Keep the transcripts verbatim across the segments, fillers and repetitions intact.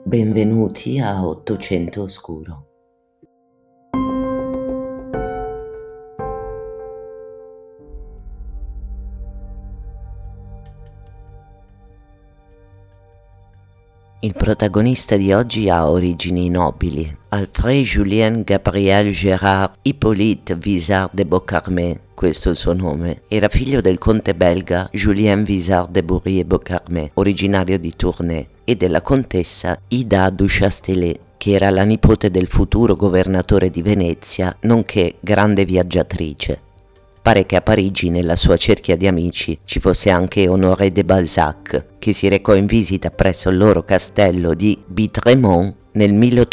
Benvenuti a Ottocento Oscuro. Il protagonista di oggi ha origini nobili. Alfred Julien Gabriel Gérard Hippolyte Vizard de Beaucarmais, questo è il suo nome, era figlio del conte belga Julien Vizard de Bory et Beaucarmais, originario di Tournai, e della contessa Ida du Chastelet, che era la nipote del futuro governatore di Venezia, nonché grande viaggiatrice. Pare che a Parigi, nella sua cerchia di amici, ci fosse anche Honoré de Balzac, che si recò in visita presso il loro castello di Bitremont nel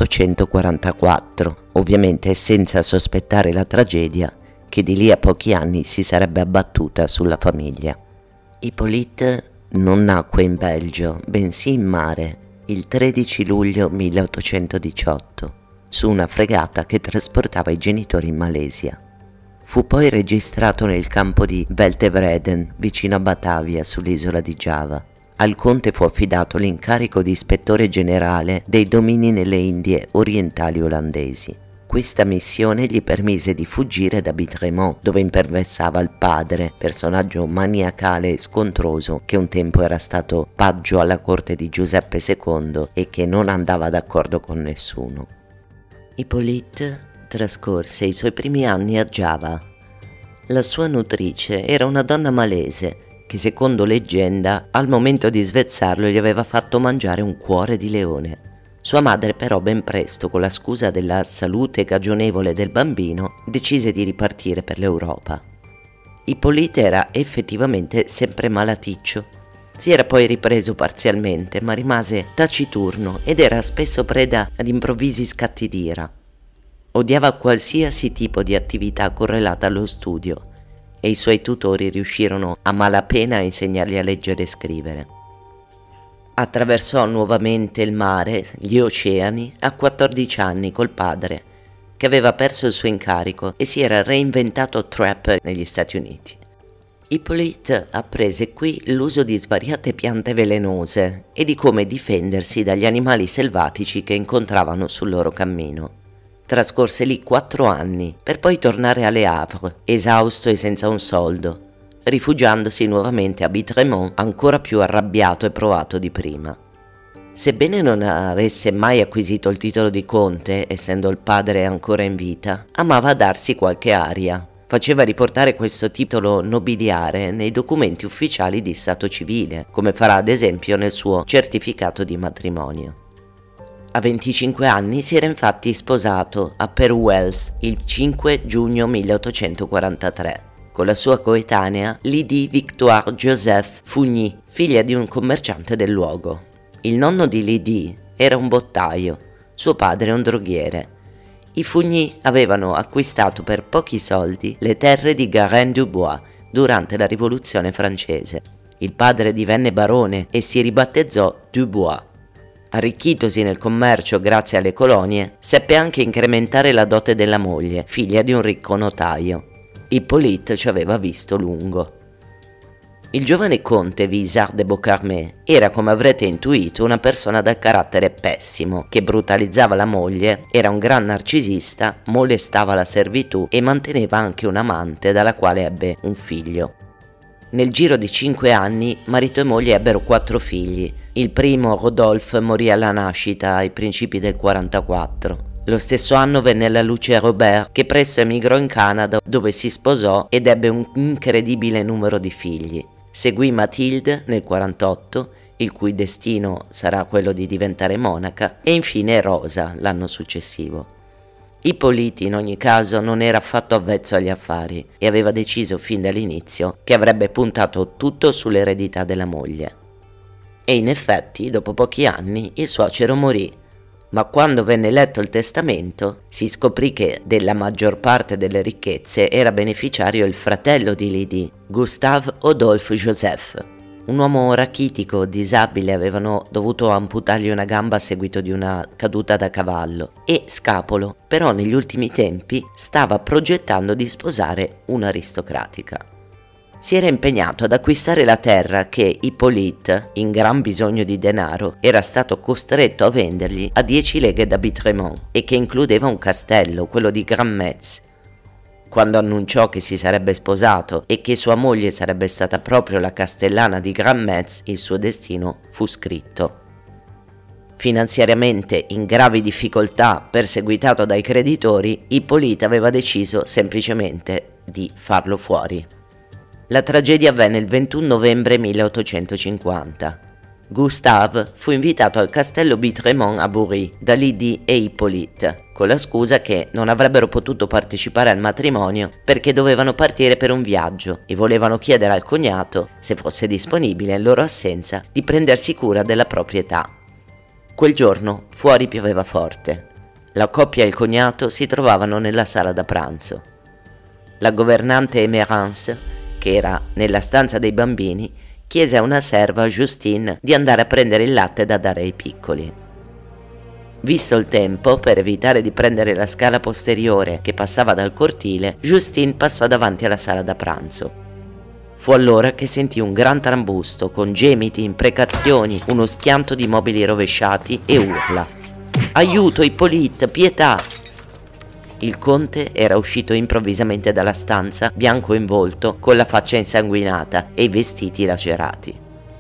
milleottocentoquarantaquattro, ovviamente senza sospettare la tragedia che di lì a pochi anni si sarebbe abbattuta sulla famiglia. Hippolyte non nacque in Belgio, bensì in mare, il tredici luglio milleottocentodiciotto, su una fregata che trasportava i genitori in Malesia. Fu poi registrato nel campo di Veltevreden, vicino a Batavia, sull'isola di Giava. Al conte fu affidato l'incarico di ispettore generale dei domini nelle Indie orientali olandesi. Questa missione gli permise di fuggire da Bitremont, dove imperversava il padre, personaggio maniacale e scontroso che un tempo era stato paggio alla corte di Giuseppe secondo e che non andava d'accordo con nessuno. Hippolyte trascorse i suoi primi anni a Giava. La sua nutrice era una donna malese che, secondo leggenda, al momento di svezzarlo gli aveva fatto mangiare un cuore di leone. Sua madre però ben presto, con la scusa della salute cagionevole del bambino, decise di ripartire per l'Europa. Hippolyte era effettivamente sempre malaticcio. Si era poi ripreso parzialmente, ma rimase taciturno ed era spesso preda ad improvvisi scatti d'ira. Odiava qualsiasi tipo di attività correlata allo studio e i suoi tutori riuscirono a malapena a insegnargli a leggere e scrivere. Attraversò nuovamente il mare, gli oceani, a quattordici anni col padre, che aveva perso il suo incarico e si era reinventato trapper negli Stati Uniti. Hippolyte apprese qui l'uso di svariate piante velenose e di come difendersi dagli animali selvatici che incontravano sul loro cammino. Trascorse lì quattro anni, per poi tornare a Le Havre, esausto e senza un soldo, rifugiandosi nuovamente a Bitremont, ancora più arrabbiato e provato di prima. Sebbene non avesse mai acquisito il titolo di conte, essendo il padre ancora in vita, amava darsi qualche aria. Faceva riportare questo titolo nobiliare nei documenti ufficiali di stato civile, come farà ad esempio nel suo certificato di matrimonio. A venticinque anni si era infatti sposato a Peru-Wells il cinque giugno milleottocentoquarantatré con la sua coetanea Lydie Victoire Joseph Fugny, figlia di un commerciante del luogo. Il nonno di Lydie era un bottaio, suo padre un droghiere. I Fugny avevano acquistato per pochi soldi le terre di Garennes-du-Bois durante la Rivoluzione francese. Il padre divenne barone e si ribattezzò Dubois. Arricchitosi nel commercio grazie alle colonie, seppe anche incrementare la dote della moglie, figlia di un ricco notaio. Hippolyte ci aveva visto lungo. Il giovane conte Vizard de Beaucarmais era, come avrete intuito, una persona dal carattere pessimo, che brutalizzava la moglie, era un gran narcisista, molestava la servitù e manteneva anche un amante dalla quale ebbe un figlio. Nel giro di cinque anni, marito e moglie ebbero quattro figli. Il primo, Rodolphe, morì alla nascita ai principi del quarantaquattro. Lo stesso anno venne alla luce Robert, che presto emigrò in Canada, dove si sposò ed ebbe un incredibile numero di figli. Seguì Mathilde nel quarantotto, il cui destino sarà quello di diventare monaca, e infine Rosa l'anno successivo. Hippolyte in ogni caso non era affatto avvezzo agli affari e aveva deciso fin dall'inizio che avrebbe puntato tutto sull'eredità della moglie. E in effetti, dopo pochi anni, il suocero morì, ma quando venne letto il testamento si scoprì che della maggior parte delle ricchezze era beneficiario il fratello di Lydie, Gustave Adolphe Joseph. Un uomo rachitico, disabile, avevano dovuto amputargli una gamba a seguito di una caduta da cavallo e scapolo, però negli ultimi tempi stava progettando di sposare un'aristocratica. si era impegnato ad acquistare la terra che Hippolyte, in gran bisogno di denaro, era stato costretto a vendergli a dieci leghe da Bitremont e che includeva un castello, quello di Grand Metz. Quando annunciò che si sarebbe sposato e che sua moglie sarebbe stata proprio la castellana di Grand Metz, il suo destino fu scritto. Finanziariamente in gravi difficoltà, perseguitato dai creditori, Hippolyte aveva deciso semplicemente di farlo fuori. La tragedia avvenne il ventuno novembre milleottocentocinquanta. Gustave fu invitato al castello Bitremont a Bourry da Lydie e Hippolyte, con la scusa che non avrebbero potuto partecipare al matrimonio perché dovevano partire per un viaggio e volevano chiedere al cognato, se fosse disponibile in loro assenza, di prendersi cura della proprietà. Quel giorno fuori pioveva forte. La coppia e il cognato si trovavano nella sala da pranzo. La governante Emerance, che era nella stanza dei bambini, chiese a una serva, Justine, di andare a prendere il latte da dare ai piccoli. Visto il tempo, per evitare di prendere la scala posteriore che passava dal cortile, Justine passò davanti alla sala da pranzo. Fu allora che sentì un gran trambusto, con gemiti, imprecazioni, uno schianto di mobili rovesciati e urla. «Aiuto, Hippolyte, pietà!» Il conte era uscito improvvisamente dalla stanza, bianco in volto, con la faccia insanguinata e i vestiti lacerati.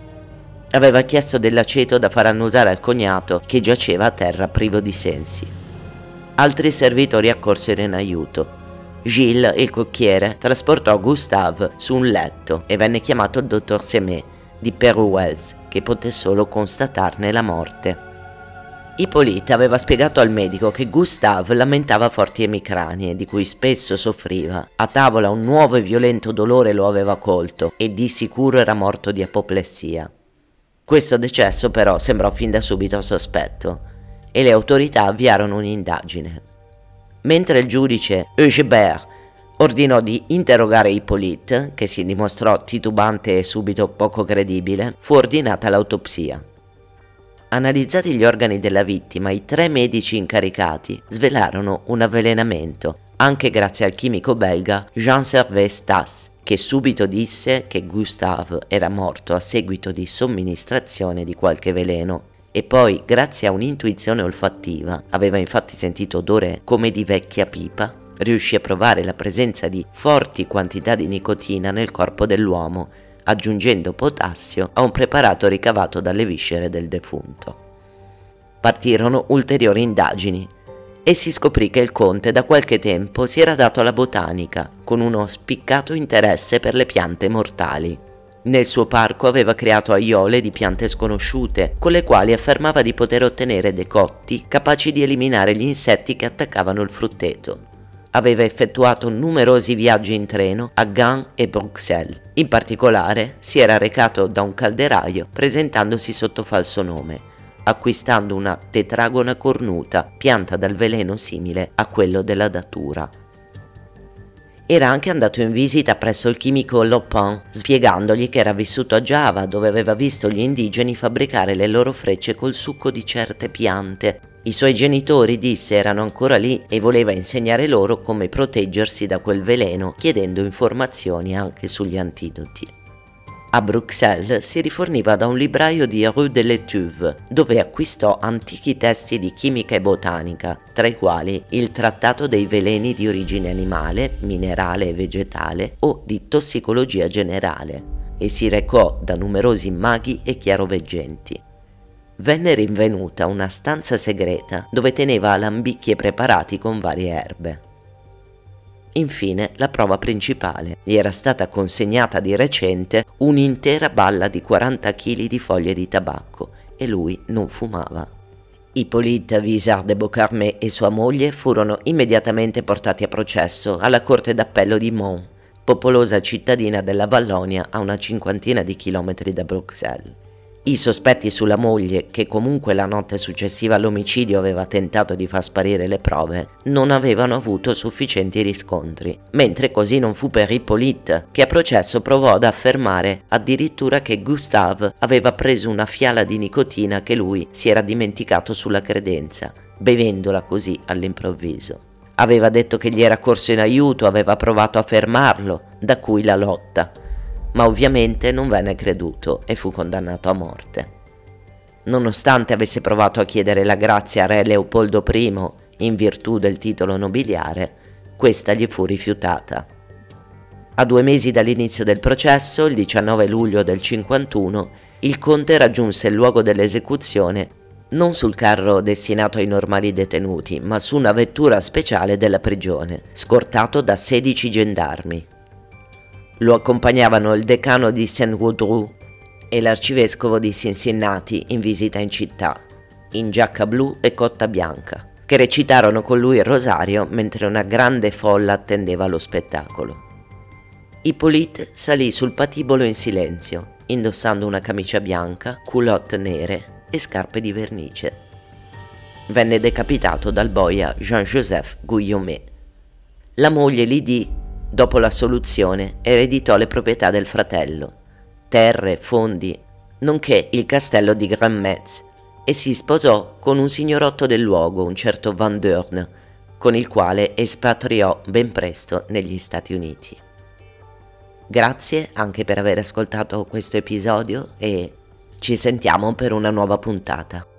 Aveva chiesto dell'aceto da far annusare al cognato, che giaceva a terra privo di sensi. Altri servitori accorsero in aiuto. Gilles, il cocchiere, trasportò Gustave su un letto e venne chiamato il dottor Semet di Péruwelz, che poté solo constatarne la morte. Hippolyte aveva spiegato al medico che Gustave lamentava forti emicranie, di cui spesso soffriva. A tavola un nuovo e violento dolore lo aveva colto e di sicuro era morto di apoplessia. Questo decesso però sembrò fin da subito sospetto e le autorità avviarono un'indagine. Mentre il giudice Eugebert ordinò di interrogare Hippolyte, che si dimostrò titubante e subito poco credibile, fu ordinata l'autopsia. Analizzati gli organi della vittima, i tre medici incaricati svelarono un avvelenamento, anche grazie al chimico belga Jean-Servais Stas, che subito disse che Gustave era morto a seguito di somministrazione di qualche veleno, e poi, grazie a un'intuizione olfattiva, aveva infatti sentito odore come di vecchia pipa, riuscì a provare la presenza di forti quantità di nicotina nel corpo dell'uomo, aggiungendo potassio a un preparato ricavato dalle viscere del defunto. Partirono ulteriori indagini e si scoprì che il conte da qualche tempo si era dato alla botanica, con uno spiccato interesse per le piante mortali. Nel suo parco aveva creato aiuole di piante sconosciute, con le quali affermava di poter ottenere decotti capaci di eliminare gli insetti che attaccavano il frutteto. Aveva effettuato numerosi viaggi in treno a Gand e Bruxelles. In particolare si era recato da un calderaio presentandosi sotto falso nome, acquistando una tetragona cornuta, pianta dal veleno simile a quello della datura. Era anche andato in visita presso il chimico Lopin, spiegandogli che era vissuto a Giava, dove aveva visto gli indigeni fabbricare le loro frecce col succo di certe piante. I suoi genitori, disse, erano ancora lì e voleva insegnare loro come proteggersi da quel veleno, chiedendo informazioni anche sugli antidoti. A Bruxelles si riforniva da un libraio di Rue de l'Étuve, dove acquistò antichi testi di chimica e botanica, tra i quali il Trattato dei veleni di origine animale, minerale e vegetale o di tossicologia generale, e si recò da numerosi maghi e chiaroveggenti. Venne rinvenuta una stanza segreta dove teneva alambicchi preparati con varie erbe. Infine, la prova principale. Gli era stata consegnata di recente un'intera balla di quaranta chili di foglie di tabacco e lui non fumava. Hippolyte Visart de Beaucarmé e sua moglie furono immediatamente portati a processo alla corte d'appello di Mons, popolosa cittadina della Vallonia a una cinquantina di chilometri da Bruxelles. I sospetti sulla moglie, che comunque la notte successiva all'omicidio aveva tentato di far sparire le prove, non avevano avuto sufficienti riscontri, mentre così non fu per Hippolyte, che a processo provò ad affermare addirittura che Gustave aveva preso una fiala di nicotina che lui si era dimenticato sulla credenza, bevendola così all'improvviso. Aveva detto che gli era corso in aiuto, aveva provato a fermarlo, da cui la lotta. ma ovviamente non venne creduto e fu condannato a morte. Nonostante avesse provato a chiedere la grazia a re Leopoldo primo in virtù del titolo nobiliare, questa gli fu rifiutata. A due mesi dall'inizio del processo, il diciannove luglio del cinquantuno, il conte raggiunse il luogo dell'esecuzione non sul carro destinato ai normali detenuti, ma su una vettura speciale della prigione, scortato da sedici gendarmi. Lo accompagnavano il decano di Saint-Woudrou e l'arcivescovo di Cincinnati in visita in città, in giacca blu e cotta bianca, che recitarono con lui il rosario mentre una grande folla attendeva lo spettacolo. Hippolyte salì sul patibolo in silenzio, indossando una camicia bianca, culotte nere e scarpe di vernice. Venne decapitato dal boia Jean-Joseph Guillaumet. La moglie Lydie, dopo l'assoluzione, ereditò le proprietà del fratello, terre, fondi, nonché il castello di Grand Metz, e si sposò con un signorotto del luogo, un certo Van Deurne, con il quale espatriò ben presto negli Stati Uniti. Grazie anche per aver ascoltato questo episodio e ci sentiamo per una nuova puntata.